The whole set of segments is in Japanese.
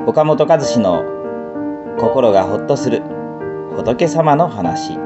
岡本和志の心がほっとする仏様の話。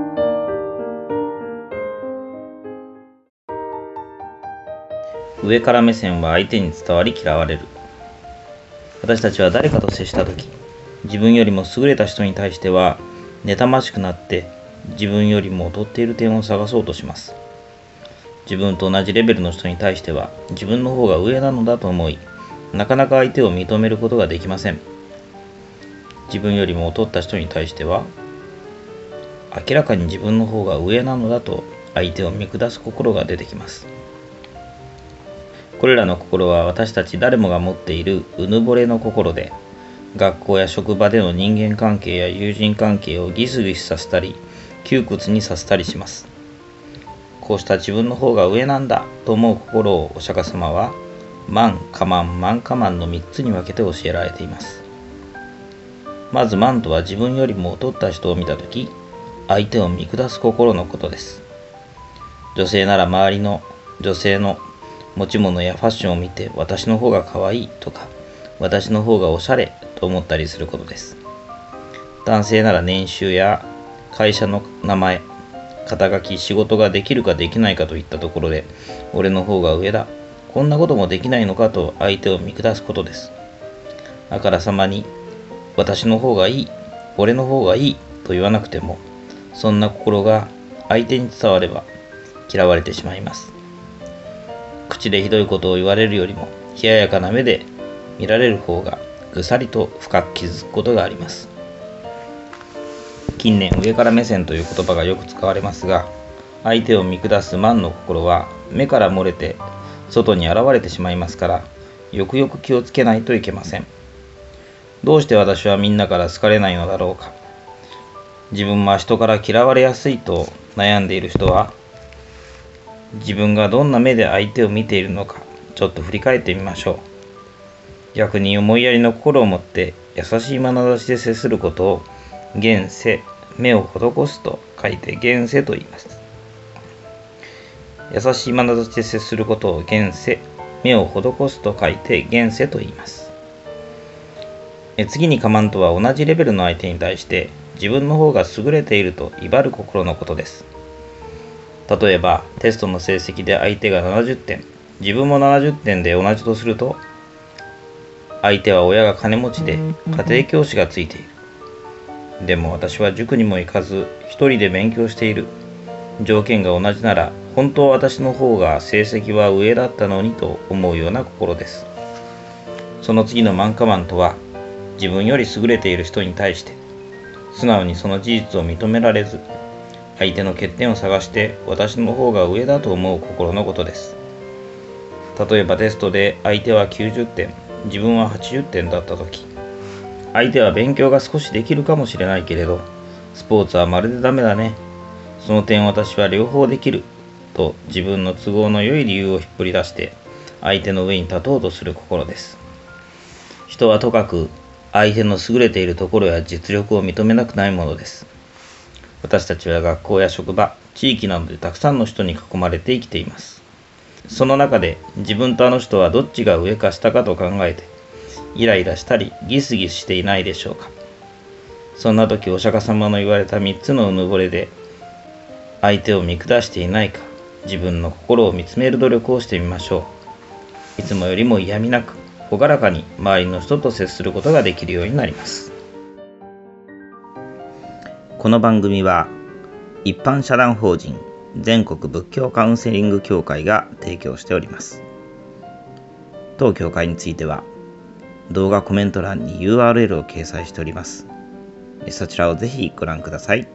上から目線は相手に伝わり嫌われる。私たちは誰かと接したとき、自分よりも優れた人に対しては妬ましくなって自分よりも劣っている点を探そうとします。自分と同じレベルの人に対しては自分の方が上なのだと思い、なかなか相手を認めることができません。自分よりも劣った人に対しては明らかに自分の方が上なのだと相手を見下す心が出てきます。これらの心は私たち誰もが持っているうぬぼれの心で、学校や職場での人間関係や友人関係をギスギスさせたり窮屈にさせたりします。こうした自分の方が上なんだと思う心をお釈迦様は慢、我慢、慢我慢の3つに分けて教えられています。まず慢とは自分よりも劣った人を見たとき、相手を見下す心のことです。女性なら周りの女性の持ち物やファッションを見て私の方が可愛いとか私の方がおしゃれと思ったりすることです。男性なら年収や会社の名前、肩書き、仕事ができるかできないかといったところで俺の方が上だ、こんなこともできないのかと相手を見下すことです。あからさまに私の方がいい、俺の方がいいと言わなくても、そんな心が相手に伝われば嫌われてしまいます。口でひどいことを言われるよりも冷ややかな目で見られる方がぐさりと深く傷つくことがあります。近年上から目線という言葉がよく使われますが、相手を見下す慢の心は目から漏れて外に現れてしまいますから、よくよく気をつけないといけません。どうして私はみんなから好かれないのだろうか。自分は人から嫌われやすいと悩んでいる人は、自分がどんな目で相手を見ているのかちょっと振り返ってみましょう。逆に思いやりの心を持って優しい眼差しで接することを現世、目を施すと書いて現世と言います。優しい眼差しで接することを現世、目を施すと書いて現世と言います。次に我慢とは同じレベルの相手に対して自分の方が優れていると威張る心のことです。例えばテストの成績で相手が70点、自分も70点で同じとすると、相手は親が金持ちで家庭教師がついている。でも私は塾にも行かず一人で勉強している。条件が同じなら本当は私の方が成績は上だったのにと思うような心です。その次の慢我慢とは、自分より優れている人に対して素直にその事実を認められず、相手の欠点を探して私の方が上だと思う心のことです。例えばテストで相手は90点、自分は80点だったとき、相手は勉強が少しできるかもしれないけれど、スポーツはまるでダメだね。その点私は両方できると自分の都合の良い理由を引っ張り出して相手の上に立とうとする心です。人はとかく相手の優れているところや実力を認めなくないものです。私たちは学校や職場、地域などでたくさんの人に囲まれて生きています。その中で自分とあの人はどっちが上か下かと考えてイライラしたりギスギスしていないでしょうか。そんな時お釈迦様の言われた3つのうぬぼれで相手を見下していないか、自分の心を見つめる努力をしてみましょう。いつもよりも嫌味なく朗らかに周りの人と接することができるようになります。この番組は一般社団法人全国仏教カウンセリング協会が提供しております。当協会については動画コメント欄に URL を掲載しております。そちらをぜひご覧ください。